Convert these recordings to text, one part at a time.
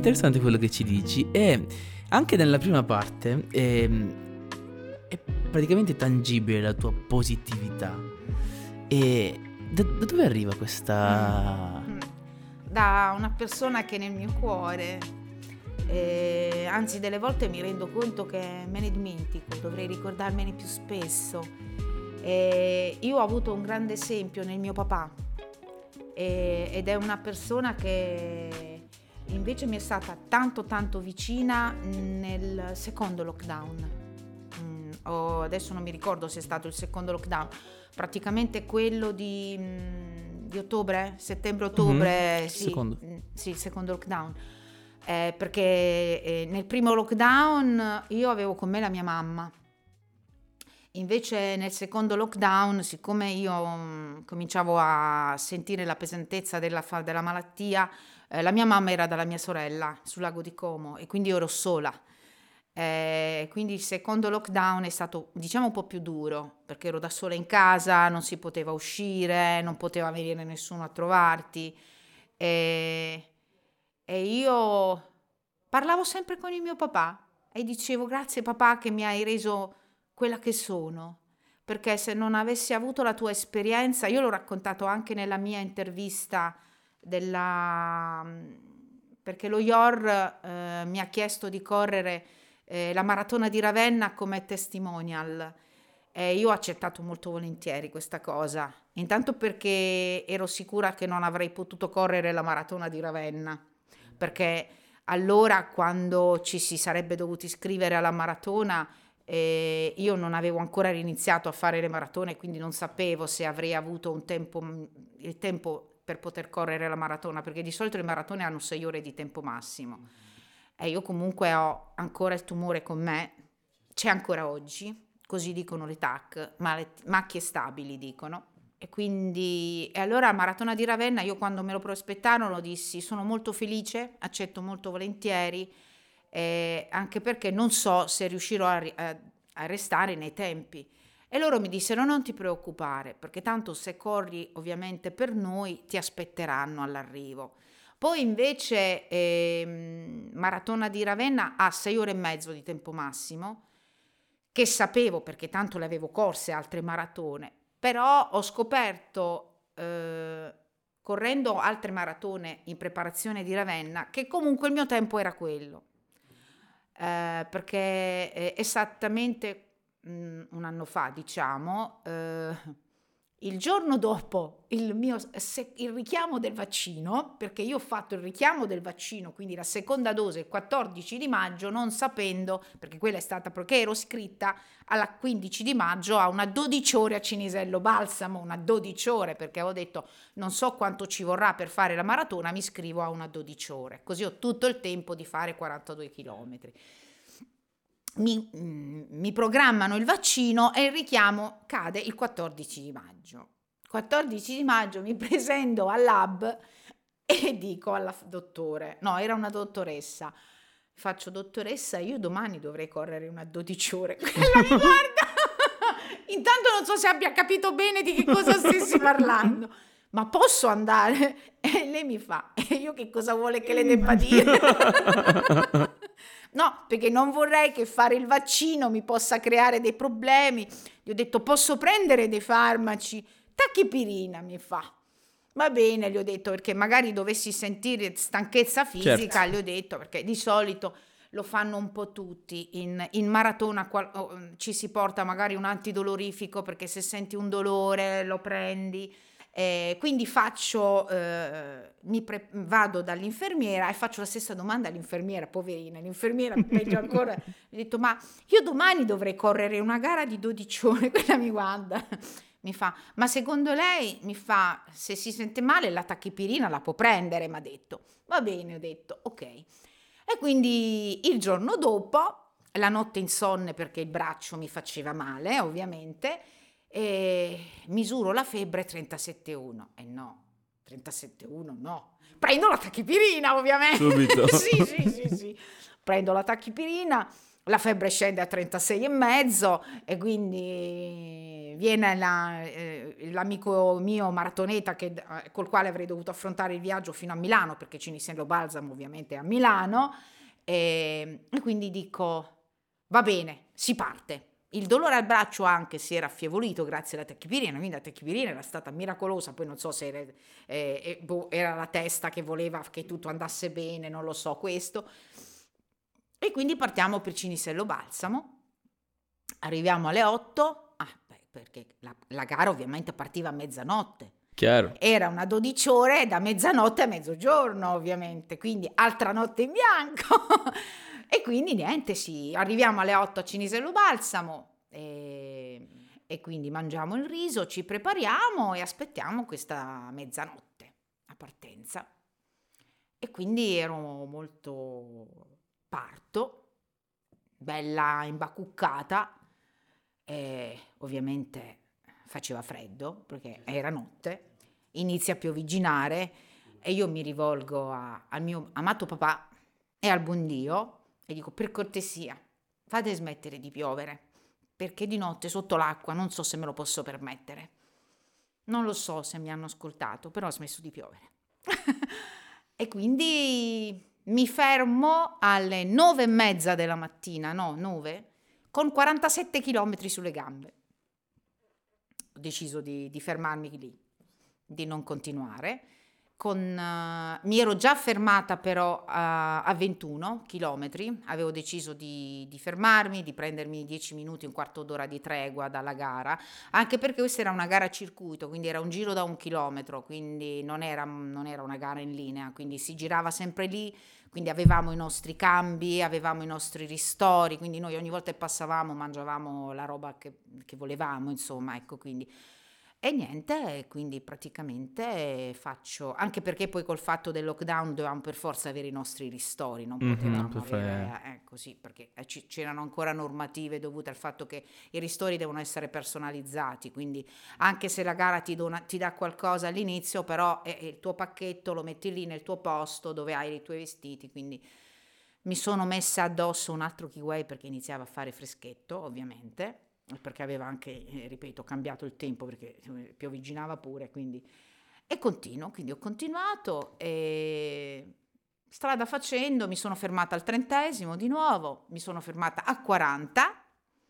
interessante quello che ci dici e anche nella prima parte è praticamente tangibile la tua positività. E da dove arriva questa... Da una persona che nel mio cuore, anzi delle volte mi rendo conto che me ne dimentico, dovrei ricordarmene più spesso. Io ho avuto un grande esempio nel mio papà, ed è una persona che invece mi è stata tanto tanto vicina nel secondo lockdown. Adesso non mi ricordo se è stato il secondo lockdown, praticamente quello di ottobre, settembre-ottobre, sì, il secondo lockdown. Perché nel primo lockdown io avevo con me la mia mamma. Invece nel secondo lockdown, siccome io cominciavo a sentire la pesantezza della malattia, la mia mamma era dalla mia sorella sul lago di Como e quindi io ero sola. Quindi il secondo lockdown è stato, diciamo, un po' più duro perché ero da sola in casa, non si poteva uscire, non poteva venire nessuno a trovarti e io parlavo sempre con il mio papà e dicevo grazie papà che mi hai reso quella che sono, perché se non avessi avuto la tua esperienza, io l'ho raccontato anche nella mia intervista perché lo IOR mi ha chiesto di correre la maratona di Ravenna come testimonial e io ho accettato molto volentieri questa cosa, intanto perché ero sicura che non avrei potuto correre la maratona di Ravenna, perché allora quando ci si sarebbe dovuti iscrivere alla maratona io non avevo ancora iniziato a fare le maratone, quindi non sapevo se avrei avuto il tempo per poter correre la maratona, perché di solito le maratone hanno 6 ore di tempo massimo. E io comunque ho ancora il tumore con me, c'è ancora oggi, così dicono le TAC, ma le macchie stabili dicono. E allora a Maratona di Ravenna io quando me lo prospettarono dissi sono molto felice, accetto molto volentieri, anche perché non so se riuscirò a restare nei tempi. E loro mi dissero non ti preoccupare, perché tanto se corri ovviamente per noi ti aspetteranno all'arrivo. Poi invece Maratona di Ravenna ha 6 ore e mezzo di tempo massimo, che sapevo perché tanto le avevo corse altre maratone, però ho scoperto correndo altre maratone in preparazione di Ravenna che comunque il mio tempo era quello, perché esattamente un anno fa, diciamo, il giorno dopo il richiamo del vaccino, perché io ho fatto il richiamo del vaccino, quindi la seconda dose il 14 di maggio, non sapendo, perché quella è stata perché ero iscritta alla 15 di maggio a una 12 ore a Cinisello Balsamo, una 12 ore, perché avevo detto non so quanto ci vorrà per fare la maratona, mi iscrivo a una 12 ore, così ho tutto il tempo di fare 42 chilometri. Mi programmano il vaccino e il richiamo cade il 14 di maggio. 14 di maggio mi presento al lab e dico alla dottore, no, era una dottoressa, faccio dottoressa, io domani dovrei correre una 12 ore. Quella mi guarda, intanto non so se abbia capito bene di che cosa stessi parlando. Ma posso andare? E lei mi fa, e io che cosa vuole che le debba dire? No, perché non vorrei che fare il vaccino mi possa creare dei problemi. Gli ho detto, posso prendere dei farmaci? Tachipirina, mi fa. Va bene, gli ho detto, perché magari dovessi sentire stanchezza fisica, certo. Gli ho detto, perché di solito lo fanno un po' tutti, in maratona ci si porta magari un antidolorifico, perché se senti un dolore lo prendi. Quindi vado dall'infermiera e faccio la stessa domanda all'infermiera, poverina, l'infermiera peggio ancora, mi ha detto ma io domani dovrei correre una gara di 12 ore, quella mi guarda, mi fa ma secondo lei, mi fa, se si sente male la tachipirina la può prendere, mi ha detto, va bene, ho detto ok, e quindi il giorno dopo, la notte insonne perché il braccio mi faceva male ovviamente, e misuro la febbre 37,1 e no, 37,1 no, prendo la tachipirina ovviamente. Subito. sì, prendo la tachipirina la febbre scende a 36,5 e quindi viene l'amico mio maratoneta col quale avrei dovuto affrontare il viaggio fino a Milano, perché Cinisello Balsamo ovviamente è a Milano, e quindi dico va bene, si parte. Il dolore al braccio anche si era affievolito grazie alla tachipirina, quindi la tachipirina era stata miracolosa, poi non so se era la testa che voleva che tutto andasse bene, non lo so questo. E quindi partiamo per Cinisello Balsamo, arriviamo alle 8, perché la gara ovviamente partiva a mezzanotte. Chiaro. Era una 12 ore da mezzanotte a mezzogiorno ovviamente, quindi altra notte in bianco. E quindi niente, arriviamo alle 8 a Cinisello Balsamo e quindi mangiamo il riso, ci prepariamo e aspettiamo questa mezzanotte a partenza. E quindi ero molto parto, bella imbacuccata, e ovviamente faceva freddo perché era notte, inizia a piovigginare e io mi rivolgo al mio amato papà e al buon Dio e dico: per cortesia, fate smettere di piovere, perché di notte sotto l'acqua non so se me lo posso permettere. Non lo so se mi hanno ascoltato, però ha smesso di piovere. E quindi mi fermo alle 9:30 della mattina, no, 9, con 47 chilometri sulle gambe. Ho deciso di fermarmi lì, di non continuare. Mi ero già fermata però a 21 chilometri, avevo deciso di fermarmi, di prendermi 10 minuti, un quarto d'ora di tregua dalla gara, anche perché questa era una gara a circuito, quindi era un giro da 1 chilometro, quindi non era una gara in linea, quindi si girava sempre lì, quindi avevamo i nostri cambi, avevamo i nostri ristori, quindi noi ogni volta che passavamo mangiavamo la roba che volevamo, insomma, ecco, quindi. E niente, quindi praticamente faccio, anche perché poi col fatto del lockdown dovevamo per forza avere i nostri ristori, non potevamo avere così, perché c'erano ancora normative dovute al fatto che i ristori devono essere personalizzati, quindi anche se la gara ti dà qualcosa all'inizio, però il tuo pacchetto lo metti lì nel tuo posto dove hai i tuoi vestiti, quindi mi sono messa addosso un altro kiwi perché iniziava a fare freschetto, ovviamente, perché aveva anche, ripeto, cambiato il tempo perché piovigginava pure, quindi quindi ho continuato e strada facendo mi sono fermata al 30° di nuovo, mi sono fermata a 40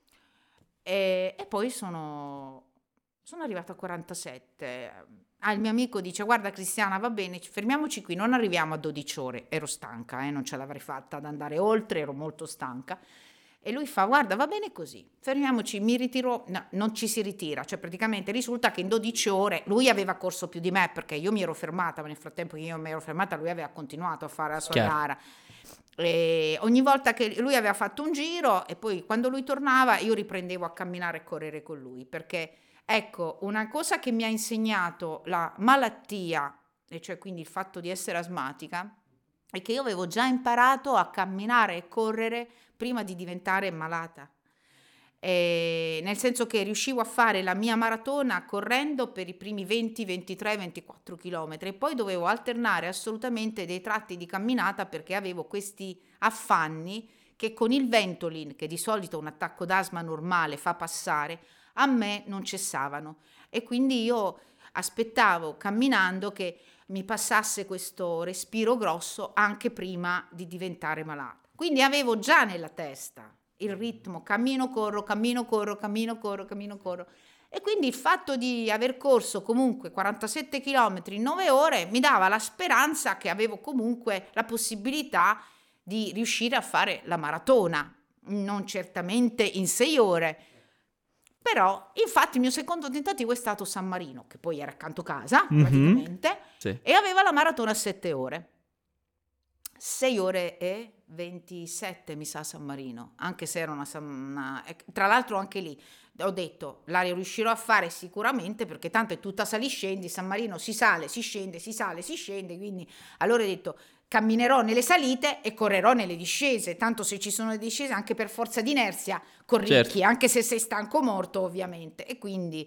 e poi sono arrivata a 47. Il mio amico dice: guarda Cristiana, va bene, fermiamoci qui, non arriviamo a 12 ore, ero stanca, non ce l'avrei fatta ad andare oltre, ero molto stanca. E lui fa: guarda, va bene così, fermiamoci, mi ritiro. No, non ci si ritira, cioè praticamente risulta che in 12 ore lui aveva corso più di me perché io mi ero fermata, ma nel frattempo che io mi ero fermata lui aveva continuato a fare la sua gara. E ogni volta che lui aveva fatto un giro e poi quando lui tornava io riprendevo a camminare e correre con lui, perché ecco, una cosa che mi ha insegnato la malattia, e cioè quindi il fatto di essere asmatica, è che io avevo già imparato a camminare e correre prima di diventare malata, nel senso che riuscivo a fare la mia maratona correndo per i primi 20, 23, 24 chilometri e poi dovevo alternare assolutamente dei tratti di camminata perché avevo questi affanni che con il Ventolin, che di solito un attacco d'asma normale fa passare, a me non cessavano e quindi io aspettavo camminando che mi passasse questo respiro grosso anche prima di diventare malata. Quindi avevo già nella testa il ritmo cammino, corro, cammino, corro, cammino, corro, cammino, corro. E quindi il fatto di aver corso comunque 47 km in 9 ore mi dava la speranza che avevo comunque la possibilità di riuscire a fare la maratona, non certamente in 6 ore. Però, infatti, il mio secondo tentativo è stato San Marino, che poi era accanto casa, praticamente, sì. E aveva la maratona a 7 ore. 6 ore e 27, mi sa, San Marino, anche se era tra l'altro anche lì, ho detto, la riuscirò a fare sicuramente, perché tanto è tutta saliscendi, San Marino si sale, si scende, si sale, si scende, quindi allora ho detto, camminerò nelle salite e correrò nelle discese, tanto se ci sono le discese anche per forza di inerzia corricchi, anche se sei stanco morto ovviamente, e quindi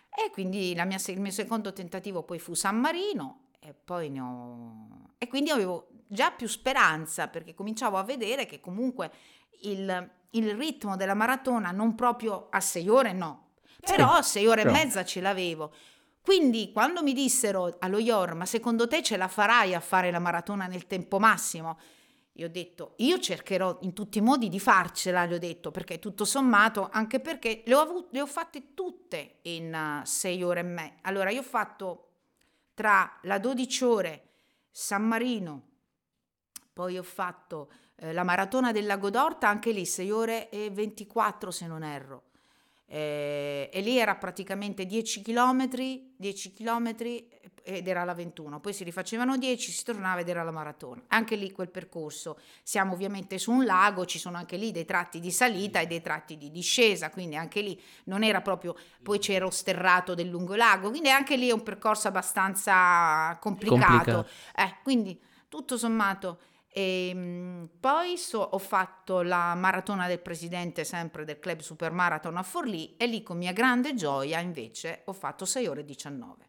il mio secondo tentativo poi fu San Marino e poi e quindi avevo già più speranza perché cominciavo a vedere che comunque il ritmo della maratona, non proprio a 6 ore, no, però a 6 ore e mezza ce l'avevo. Quindi quando mi dissero allo IOR, ma secondo te ce la farai a fare la maratona nel tempo massimo? Io ho detto, io cercherò in tutti i modi di farcela, gli ho detto, perché tutto sommato, anche perché le ho fatte tutte in 6 ore e mezza. Allora, io ho fatto tra la 12 ore San Marino, poi ho fatto la maratona del Lago d'Orta, anche lì 6 ore e 24 se non erro. E lì era praticamente 10 chilometri ed era la 21, poi si rifacevano 10, si tornava ed era la maratona. Anche lì quel percorso, siamo ovviamente su un lago, ci sono anche lì dei tratti di salita e dei tratti di discesa, quindi anche lì non era proprio, poi c'era lo sterrato del lungolago, quindi anche lì è un percorso abbastanza complicato. Quindi tutto sommato. Poi ho fatto la maratona del presidente sempre del club Supermarathon a Forlì e lì con mia grande gioia invece ho fatto 6 ore e 19.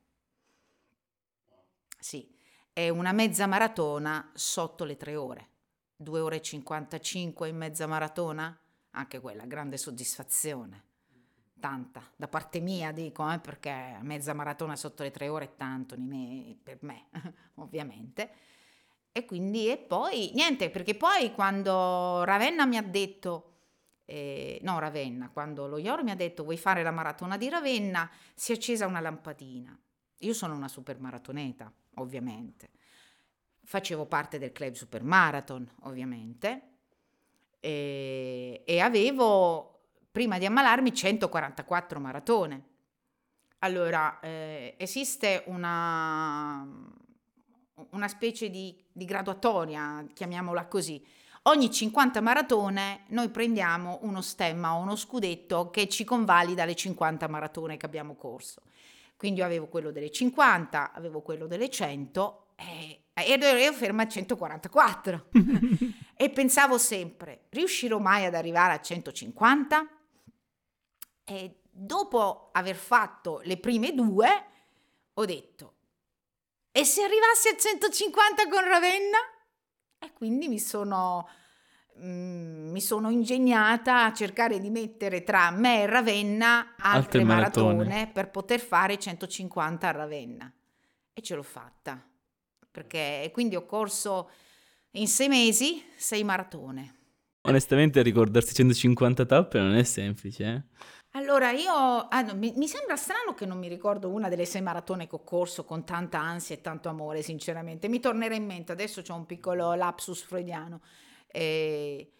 Sì, è una mezza maratona sotto le 3 ore. 2 ore e 55 in mezza maratona? Anche quella, grande soddisfazione. Tanta, da parte mia dico, perché mezza maratona sotto le 3 ore è tanto per me, ovviamente. E quindi, e poi, niente, perché poi quando Ravenna mi ha detto, no Ravenna, quando lo IOR mi ha detto vuoi fare la maratona di Ravenna, si è accesa una lampadina. Io sono una super maratoneta, ovviamente. Facevo parte del club Supermarathon, ovviamente, e avevo, prima di ammalarmi, 144 maratone. Allora, esiste una specie di graduatoria, chiamiamola così. Ogni 50 maratone noi prendiamo uno stemma o uno scudetto che ci convalida le 50 maratone che abbiamo corso. Quindi io avevo quello delle 50, avevo quello delle 100 e ero ferma a 144. E pensavo sempre, riuscirò mai ad arrivare a 150? E dopo aver fatto le prime due, ho detto, e se arrivassi a 150 con Ravenna? E quindi mi sono ingegnata a cercare di mettere tra me e Ravenna altre maratone per poter fare 150 a Ravenna. E ce l'ho fatta. Perché quindi ho corso in 6 mesi 6 maratone. Onestamente ricordarsi 150 tappe non è semplice, eh? Allora mi sembra strano che non mi ricordo una delle 6 maratone che ho corso con tanta ansia e tanto amore, sinceramente. Mi tornerà in mente, adesso c'ho un piccolo lapsus freudiano. Eh,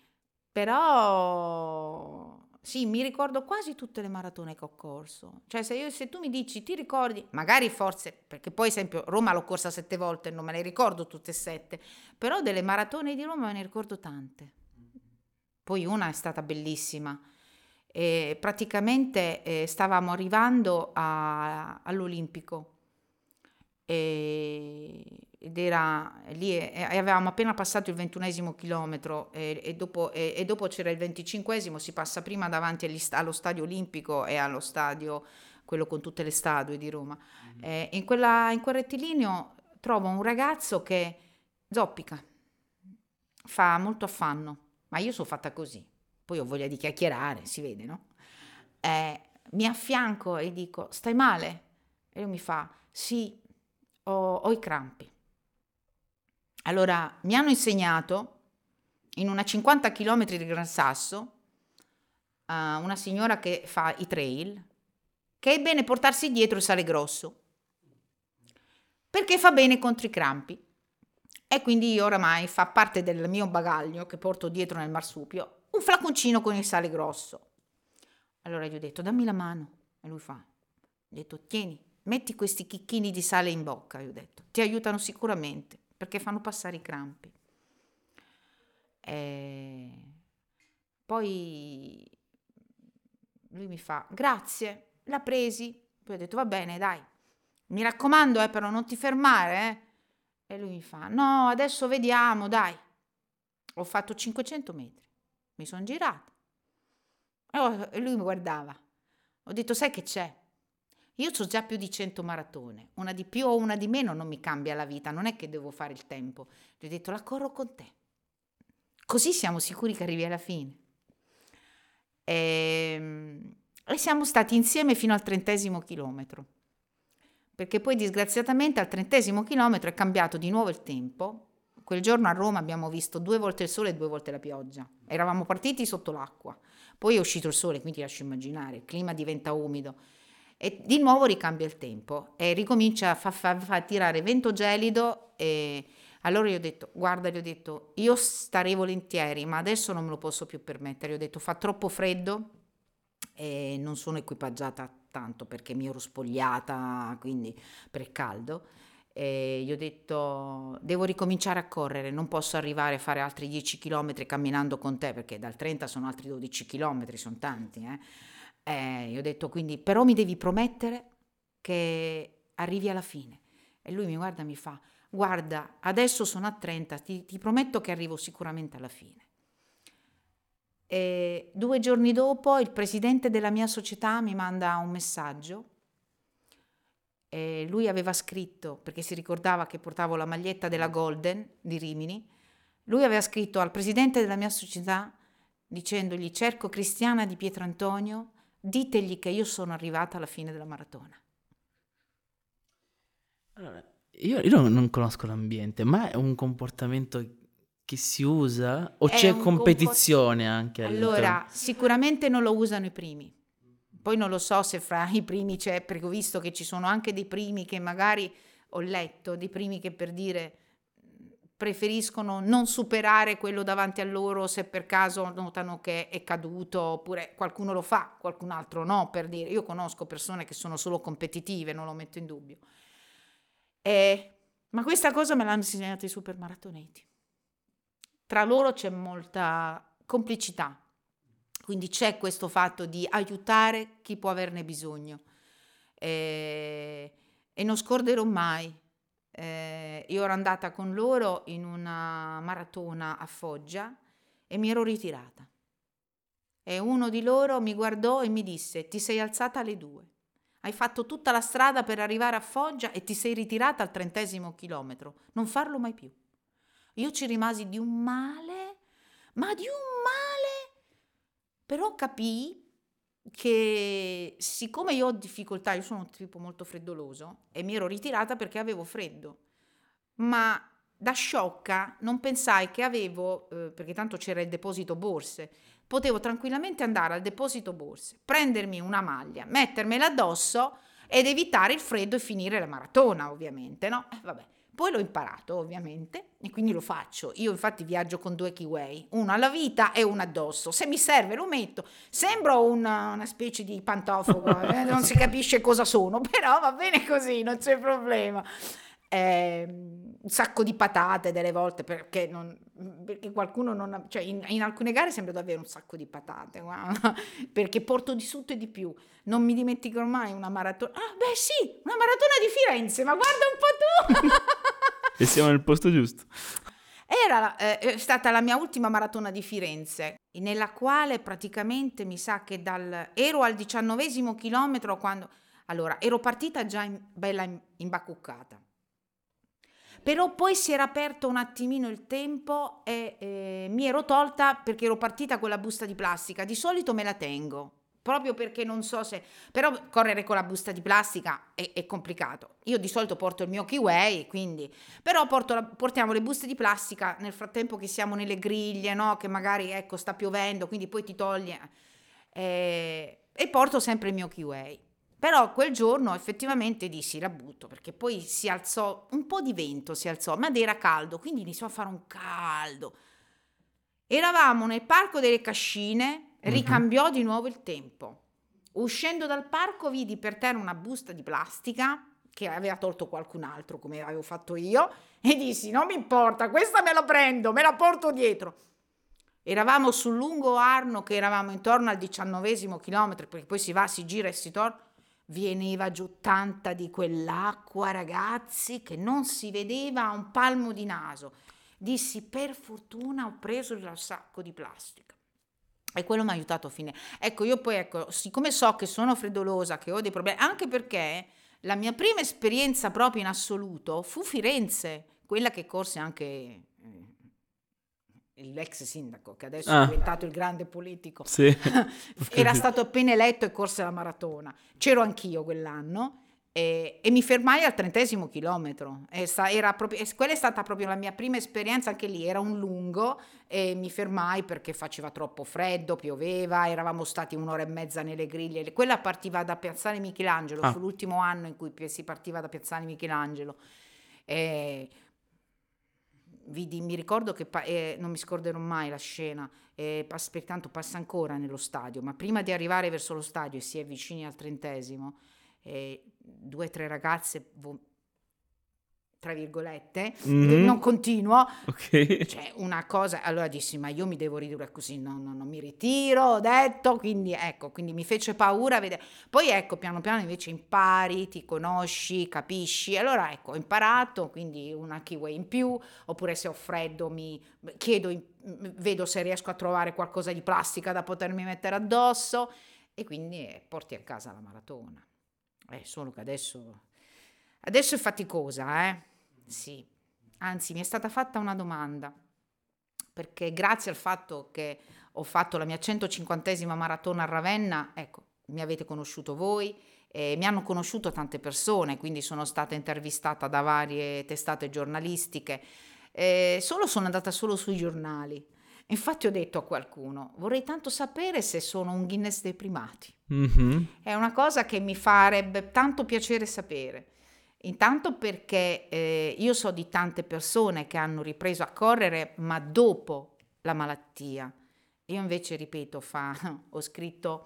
Però sì, mi ricordo quasi tutte le maratone che ho corso. Cioè se tu mi dici, ti ricordi, magari forse, perché poi esempio Roma l'ho corsa 7 volte, non me le ricordo tutte e 7, però delle maratone di Roma me ne ricordo tante. Poi una è stata bellissima. Praticamente stavamo arrivando all'Olimpico ed era lì e avevamo appena passato il 21esimo chilometro e dopo c'era il 25esimo, si passa prima davanti allo stadio olimpico e allo stadio, quello con tutte le statue di Roma. In quel rettilineo trovo un ragazzo che zoppica, fa molto affanno, ma io sono fatta così, poi ho voglia di chiacchierare, si vede, no? Mi affianco e dico, stai male? E lui mi fa, sì, ho i crampi. Allora, mi hanno insegnato, in una 50 km di Gran Sasso, una signora che fa i trail, che è bene portarsi dietro il sale grosso, perché fa bene contro i crampi. E quindi io oramai fa parte del mio bagaglio che porto dietro nel marsupio, un flaconcino con il sale grosso. Allora gli ho detto, dammi la mano. E lui ho detto, tieni, metti questi chicchini di sale in bocca, gli ho detto, ti aiutano sicuramente, perché fanno passare i crampi. E poi lui mi fa, grazie, l'ha presi. Poi ho detto, va bene, dai, mi raccomando, però non ti fermare, eh. E lui mi fa, no, adesso vediamo, dai. Ho fatto 500 metri, mi sono girata. E lui mi guardava. Ho detto, sai che c'è? Io ho già più di 100 maratone, una di più o una di meno non mi cambia la vita, non è che devo fare il tempo. Gli ho detto, la corro con te. Così siamo sicuri che arrivi alla fine. E siamo stati insieme fino al 30° chilometro, perché poi disgraziatamente al 30° chilometro è cambiato di nuovo il tempo. Quel giorno a Roma abbiamo visto 2 volte il sole e 2 volte la pioggia. Eravamo partiti sotto l'acqua, poi è uscito il sole, quindi lascio immaginare, il clima diventa umido e di nuovo ricambia il tempo e ricomincia a fa tirare vento gelido. E allora io ho detto, guarda, gli ho detto, io starei volentieri, ma adesso non me lo posso più permettere. Gli ho detto, fa troppo freddo e non sono equipaggiata tanto perché mi ero spogliata, quindi per il caldo. E gli ho detto, devo ricominciare a correre, non posso arrivare a fare altri 10 km camminando con te, perché dal 30 sono altri 12 km, sono tanti. Gli ho detto, quindi, però mi devi promettere che arrivi alla fine. E lui mi guarda e mi fa, guarda, adesso sono a 30, ti prometto che arrivo sicuramente alla fine. E 2 giorni dopo il presidente della mia società mi manda un messaggio. E lui aveva scritto, perché si ricordava che portavo la maglietta della Golden di Rimini, lui aveva scritto al presidente della mia società dicendogli: cerco Cristiana Di Pietrantonio, ditegli che io sono arrivata alla fine della maratona. Allora, io non conosco l'ambiente, ma è un comportamento che si usa o È c'è un competizione anche all'interno? Allora, sicuramente non lo usano i primi. Poi non lo so se fra i primi c'è, perché ho visto che ci sono anche dei primi che magari ho letto, dei primi che per dire preferiscono non superare quello davanti a loro se per caso notano che è caduto, oppure qualcuno lo fa, qualcun altro no, per dire. Io conosco persone che sono solo competitive, non lo metto in dubbio. Ma questa cosa me l'hanno insegnato i supermaratoneti. Tra loro c'è molta complicità, quindi c'è questo fatto di aiutare chi può averne bisogno. E non scorderò mai. Io ero andata con loro in una maratona a Foggia e mi ero ritirata. E uno di loro mi guardò e mi disse: ti sei alzata alle 2. Hai fatto tutta la strada per arrivare a Foggia e ti sei ritirata al 30° chilometro. Non farlo mai più. Io ci rimasi di un male, ma di un male. Però capii che siccome io ho difficoltà, io sono un tipo molto freddoloso e mi ero ritirata perché avevo freddo, ma da sciocca non pensai che avevo, perché tanto c'era il deposito borse, potevo tranquillamente andare al deposito borse, prendermi una maglia, mettermela addosso ed evitare il freddo e finire la maratona, ovviamente, no? Vabbè. Poi l'ho imparato, ovviamente, e quindi lo faccio. Io infatti viaggio con 2 Kiwi, uno alla vita e uno addosso. Se mi serve lo metto. Sembro una specie di pantofobo, non si capisce cosa sono, però va bene così, non c'è problema. Un sacco di patate delle volte, perché qualcuno non ha, cioè in alcune gare sembra davvero un sacco di patate, guarda, perché porto di tutto e di più. Non mi dimenticherò mai una maratona. Ah, beh sì, una maratona di Firenze, ma guarda un po' tu! E siamo nel posto giusto. È stata la mia ultima maratona di Firenze, nella quale praticamente mi sa che ero al 19° chilometro quando. Allora, ero partita già bella imbacuccata. Però poi si era aperto un attimino il tempo e mi ero tolta perché ero partita con la busta di plastica. Di solito me la tengo, proprio perché non so se. Però correre con la busta di plastica è complicato. Io di solito porto il mio Kiwi, quindi. Però portiamo le buste di plastica nel frattempo che siamo nelle griglie, no? Che magari, ecco, sta piovendo, quindi poi ti togli. E porto sempre il mio Kiwi. Però quel giorno effettivamente dissi la butto, perché poi si alzò un po' di vento, ma era caldo, quindi iniziò a fare un caldo. Eravamo nel parco delle Cascine, ricambiò di nuovo il tempo. Uscendo dal parco vidi per terra una busta di plastica che aveva tolto qualcun altro, come avevo fatto io, e dissi: non mi importa, questa me la prendo, me la porto dietro. Eravamo sul lungo Arno, che eravamo intorno al 19° chilometro, perché poi si va, si gira e si torna. Veniva giù tanta di quell'acqua, ragazzi, che non si vedeva un palmo di naso. Dissi: per fortuna ho preso il sacco di plastica. E quello mi ha aiutato a finire. Ecco, io poi, siccome so che sono freddolosa, che ho dei problemi, anche perché la mia prima esperienza proprio in assoluto fu Firenze, quella che corse anche l'ex sindaco, che adesso è Ah, diventato il grande politico, sì. Ho era capito. stato appena eletto e corse la maratona. C'ero anch'io quell'anno e mi fermai al 30° chilometro. Quella è stata proprio la mia prima esperienza, anche lì era un lungo e mi fermai perché faceva troppo freddo, pioveva, eravamo stati 1 ora e mezza nelle griglie. Quella partiva da Piazzale Michelangelo, fu Ah, l'ultimo anno in cui si partiva da Piazzale Michelangelo. E mi ricordo che non mi scorderò mai la scena, pertanto passa ancora nello stadio, ma prima di arrivare verso lo stadio e si è vicini al 30°, 2 o 3 ragazze, tra virgolette, non mhm, continuo, ok. cioè una cosa, allora dissi, ma io mi devo ridurre così, no, no, non mi ritiro, ho detto, quindi ecco, quindi mi fece paura vedere. Poi ecco, piano piano invece impari, ti conosci, capisci, allora ecco, ho imparato, quindi una keyway in più, oppure se ho freddo mi chiedo, vedo se riesco a trovare qualcosa di plastica da potermi mettere addosso e quindi porti a casa la maratona. Solo che adesso è faticosa, eh? Sì. Anzi, mi è stata fatta una domanda, perché grazie al fatto che ho fatto la mia 150esima maratona a Ravenna, ecco, mi avete conosciuto voi, mi hanno conosciuto tante persone, quindi sono stata intervistata da varie testate giornalistiche, sono andata solo sui giornali. Infatti ho detto a qualcuno, vorrei tanto sapere se sono un Guinness dei primati. Mhm. È una cosa che mi farebbe tanto piacere sapere. Intanto perché io so di tante persone che hanno ripreso a correre, ma dopo la malattia. Io invece, ripeto, ho scritto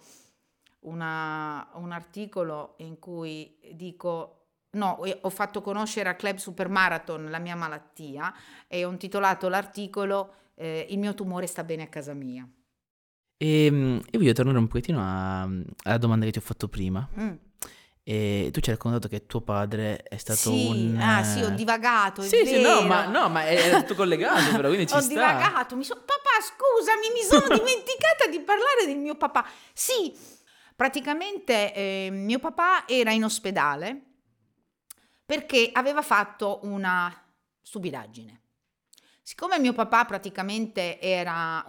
un articolo in cui dico, no, ho fatto conoscere a Club Supermarathon la mia malattia e ho intitolato l'articolo Il mio tumore sta bene a casa mia. Io voglio tornare un pochettino alla domanda che ti ho fatto prima. Mm. E tu ci hai raccontato che tuo padre è stato Sì, un... ah sì, ho divagato, è Sì, sì, vero. no, ma era tutto collegato, però, quindi ci Ho sta. divagato, papà, scusami, mi sono dimenticata di parlare del mio papà. Sì, praticamente mio papà era in ospedale perché aveva fatto una stupidaggine. Siccome mio papà praticamente era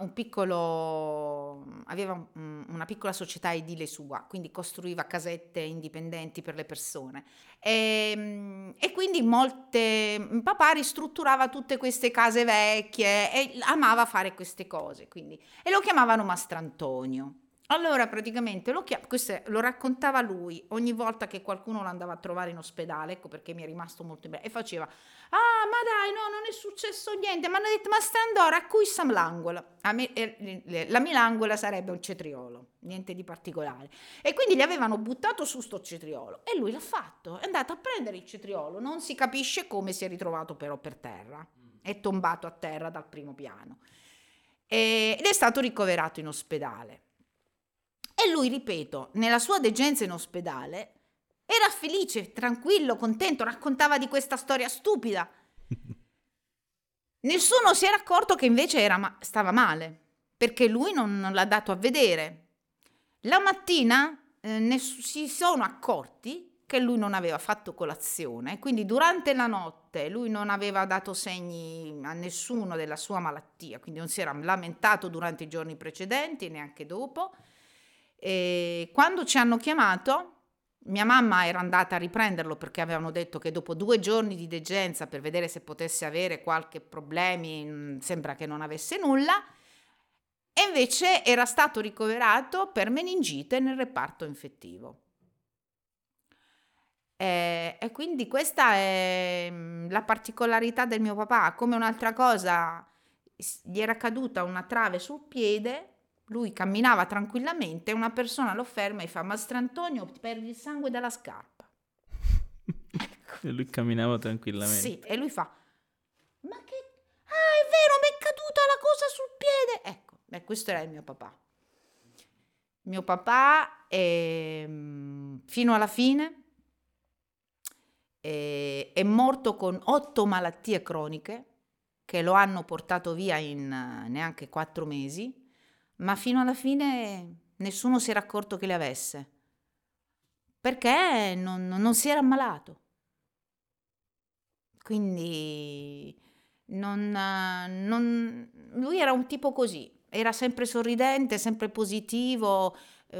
aveva una piccola società edile sua, quindi costruiva casette indipendenti per le persone. E quindi papà ristrutturava tutte queste case vecchie e amava fare queste cose, quindi, e lo chiamavano Mastrantonio. Allora praticamente questo lo raccontava lui ogni volta che qualcuno lo andava a trovare in ospedale, ecco perché mi è rimasto molto bene, e faceva: ah, ma dai, no, non è successo niente. Mi hanno detto, ma Strandora, a cui sa Mlangola? La Milangola sarebbe un cetriolo, niente di particolare. E quindi gli avevano buttato su sto cetriolo e lui l'ha fatto. È andato a prendere il cetriolo, non si capisce come si è ritrovato però per terra. È tombato a terra dal primo piano. Ed è stato ricoverato in ospedale. E lui, ripeto, nella sua degenza in ospedale era felice, tranquillo, contento, raccontava di questa storia stupida. Nessuno si era accorto che invece stava male, perché lui non l'ha dato a vedere. La mattina si sono accorti che lui non aveva fatto colazione, quindi durante la notte lui non aveva dato segni a nessuno della sua malattia, quindi non si era lamentato durante i giorni precedenti, neanche dopo. E quando ci hanno chiamato, mia mamma era andata a riprenderlo perché avevano detto che dopo 2 giorni di degenza per vedere se potesse avere qualche problemi, sembra che non avesse nulla, e invece era stato ricoverato per meningite nel reparto infettivo. E quindi questa è la particolarità del mio papà. Come un'altra cosa, gli era caduta una trave sul piede, lui camminava tranquillamente, una persona lo ferma e fa: Mastrantonio, perdi il sangue dalla scarpa. Ecco. E lui camminava Sì, tranquillamente. e lui fa: ma che... Ah, è vero, mi è caduta la cosa sul piede. Ecco, questo era il mio papà. Mio papà, fino alla fine, è morto con 8 malattie croniche che lo hanno portato via in neanche 4 mesi, ma fino alla fine nessuno si era accorto che le avesse, perché non si era ammalato. Quindi lui era un tipo così, era sempre sorridente, sempre positivo,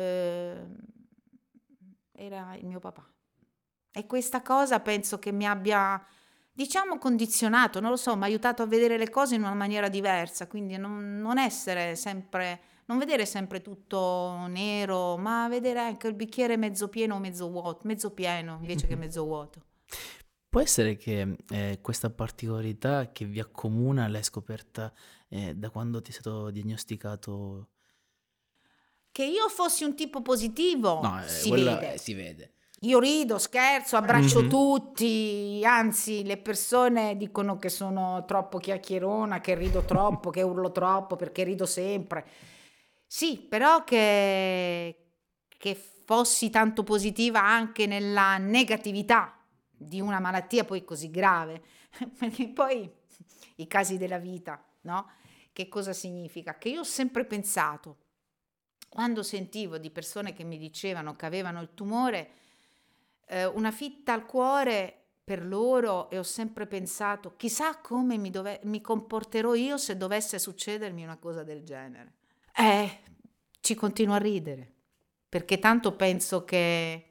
era il mio papà. E questa cosa penso che mi abbia, diciamo, condizionato, non lo so, mi ha aiutato a vedere le cose in una maniera diversa, quindi non essere sempre, non vedere sempre tutto nero, ma vedere anche il bicchiere mezzo pieno o mezzo vuoto, mezzo pieno invece che mezzo vuoto. Può essere che questa particolarità che vi accomuna l'hai scoperta da quando ti è stato diagnosticato? Che io fossi un tipo positivo No, si quello vede. si vede. Io rido, scherzo, abbraccio Mhm. tutti, anzi le persone dicono che sono troppo chiacchierona, che rido troppo, che urlo troppo perché rido sempre. Sì, però che fossi tanto positiva anche nella negatività di una malattia poi così grave, perché poi i casi della vita, no? Che cosa significa? Che io ho sempre pensato, quando sentivo di persone che mi dicevano che avevano il tumore, una fitta al cuore per loro, e ho sempre pensato, chissà come mi comporterò io se dovesse succedermi una cosa del genere. Ci continuo a ridere, perché tanto penso che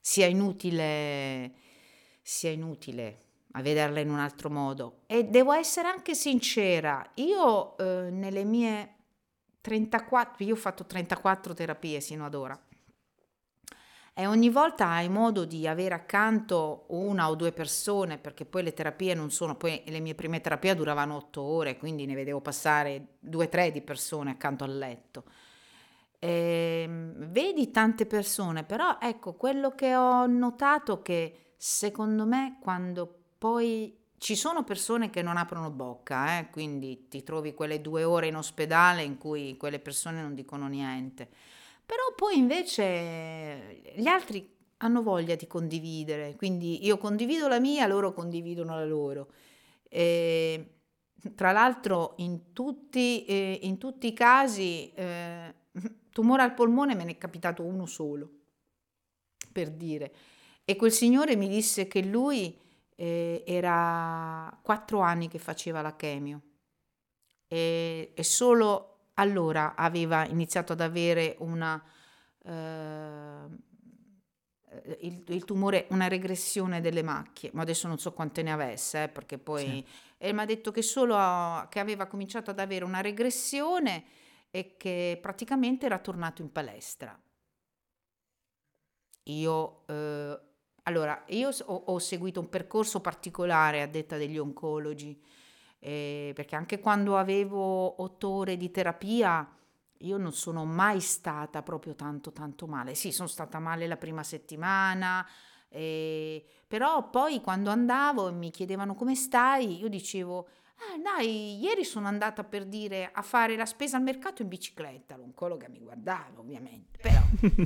sia inutile a vederla in un altro modo. E devo essere anche sincera, io nelle mie 34, io ho fatto 34 terapie sino ad ora. E ogni volta hai modo di avere accanto una o due persone, perché poi le terapie non sono, poi le mie prime terapie duravano 8 ore, quindi ne vedevo passare 2 o 3 di persone accanto al letto. Vedi tante persone, però ecco, quello che ho notato che secondo me quando poi ci sono persone che non aprono bocca, quindi ti trovi quelle 2 ore in ospedale in cui quelle persone non dicono niente. Però poi invece gli altri hanno voglia di condividere, quindi io condivido la mia, loro condividono la loro. E, tra l'altro in tutti i casi tumore al polmone me ne è capitato uno solo, per dire. E quel signore mi disse che lui era 4 anni che faceva la chemio e solo allora aveva iniziato ad avere eh, il tumore, una regressione delle macchie, ma adesso non so quante ne avesse, perché Sì. poi mi ha detto che solo che aveva cominciato ad avere una regressione e che praticamente era tornato in palestra. Io, allora, ho seguito un percorso particolare a detta degli oncologi, perché anche quando avevo 8 ore di terapia, io non sono mai stata proprio tanto tanto male. Sì, sono stata male la prima settimana, però poi quando andavo e mi chiedevano come stai, io dicevo, ah, dai, ieri sono andata per dire a fare la spesa al mercato in bicicletta. L'oncologa mi guardava, ovviamente, però.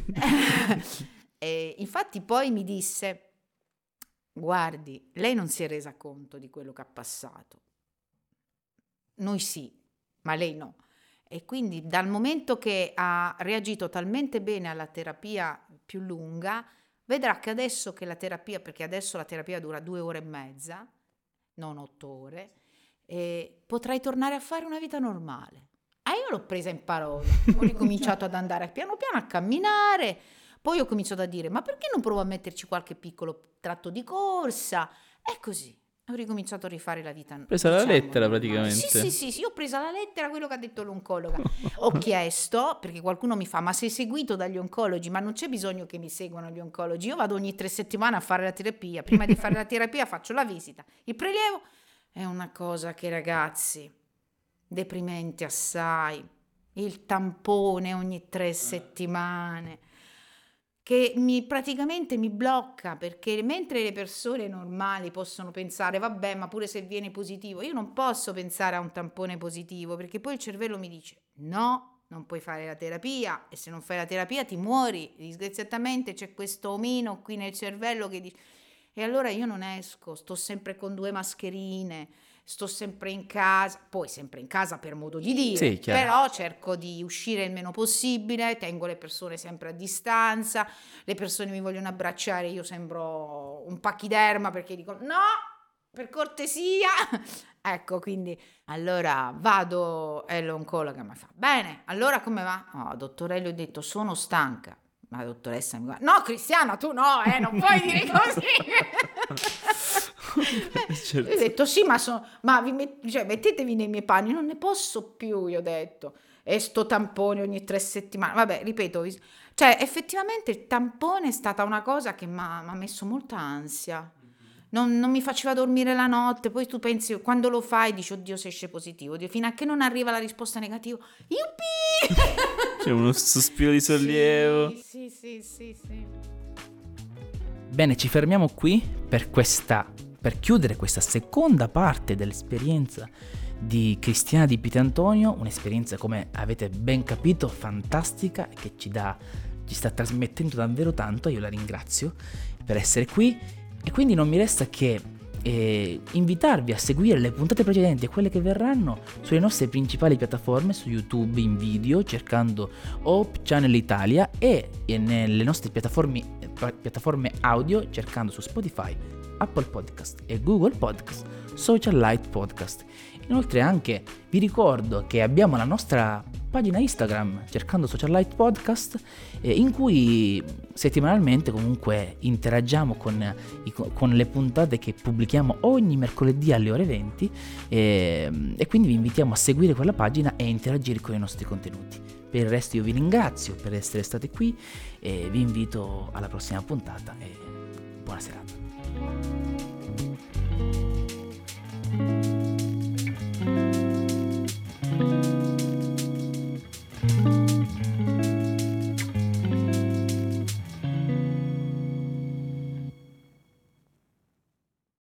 E infatti poi mi disse, guardi, lei non si è resa conto di quello che ha passato. Noi sì, ma lei no. E quindi dal momento che ha reagito talmente bene alla terapia più lunga, vedrà che adesso che la terapia, perché adesso la terapia dura 2 ore e mezza, non 8 ore, potrai tornare a fare una vita normale. Io l'ho presa in parola, ho ricominciato ad andare piano piano a camminare, poi ho cominciato a dire, ma perché non provo a metterci qualche piccolo tratto di corsa? E così. Ho ricominciato a rifare la vita, Presa la diciamo, lettera normale. Sì, sì, praticamente. sì, sì, io ho preso la lettera, quello che ha detto l'oncologa. Ho chiesto, perché qualcuno mi fa, ma sei seguito dagli oncologi? Ma non c'è bisogno che mi seguano gli oncologi. Io vado ogni 3 settimane a fare la terapia. Prima di fare la terapia faccio la visita. Il prelievo è una cosa che, ragazzi, deprimente assai. Il tampone ogni 3 settimane che praticamente mi blocca, perché mentre le persone normali possono pensare, vabbè, ma pure se viene positivo, io non posso pensare a un tampone positivo, perché poi il cervello mi dice, no, non puoi fare la terapia, e se non fai la terapia ti muori, disgraziatamente c'è questo omino qui nel cervello che dice, e allora io non esco, sto sempre con 2 mascherine, sto sempre in casa, poi sempre in casa per modo di dire, Sì, chiaro. però cerco di uscire il meno possibile, tengo le persone sempre a distanza, le persone mi vogliono abbracciare, io sembro un pachiderma perché dico no, per cortesia. Ecco, quindi allora vado e l'oncologa mi fa: bene, allora come va? Oh, dottore, le ho detto sono stanca. Ma la dottoressa mi guarda: no, Cristiana, tu no, non puoi dire così. Certo. Io ho detto sì, ma cioè, mettetevi nei miei panni, non ne posso più, io ho detto. E sto tampone ogni 3 settimane. Vabbè, ripeto, cioè effettivamente il tampone è stata una cosa che mi ha messo molta ansia. Non mi faceva dormire la notte, poi tu pensi, quando lo fai, dici, oddio, se esce positivo. Fino a che non arriva la risposta negativa, yuppie! C'è uno sospiro di sollievo. Sì. Bene, ci fermiamo qui per chiudere questa seconda parte dell'esperienza di Cristiana Di Pietrantonio, un'esperienza, come avete ben capito, fantastica, che ci sta trasmettendo davvero tanto. Io la ringrazio per essere qui e quindi non mi resta che invitarvi a seguire le puntate precedenti e quelle che verranno sulle nostre principali piattaforme, su YouTube in video cercando Hope Channel Italia e nelle nostre piattaforme audio cercando su Spotify, Apple Podcast e Google Podcast Social Light Podcast. Inoltre anche vi ricordo che abbiamo la nostra pagina Instagram cercando Social Light Podcast, in cui settimanalmente comunque interagiamo con le puntate che pubblichiamo ogni mercoledì alle ore 20, e quindi vi invitiamo a seguire quella pagina e interagire con i nostri contenuti. Per il resto io vi ringrazio per essere stati qui e vi invito alla prossima puntata e buona serata.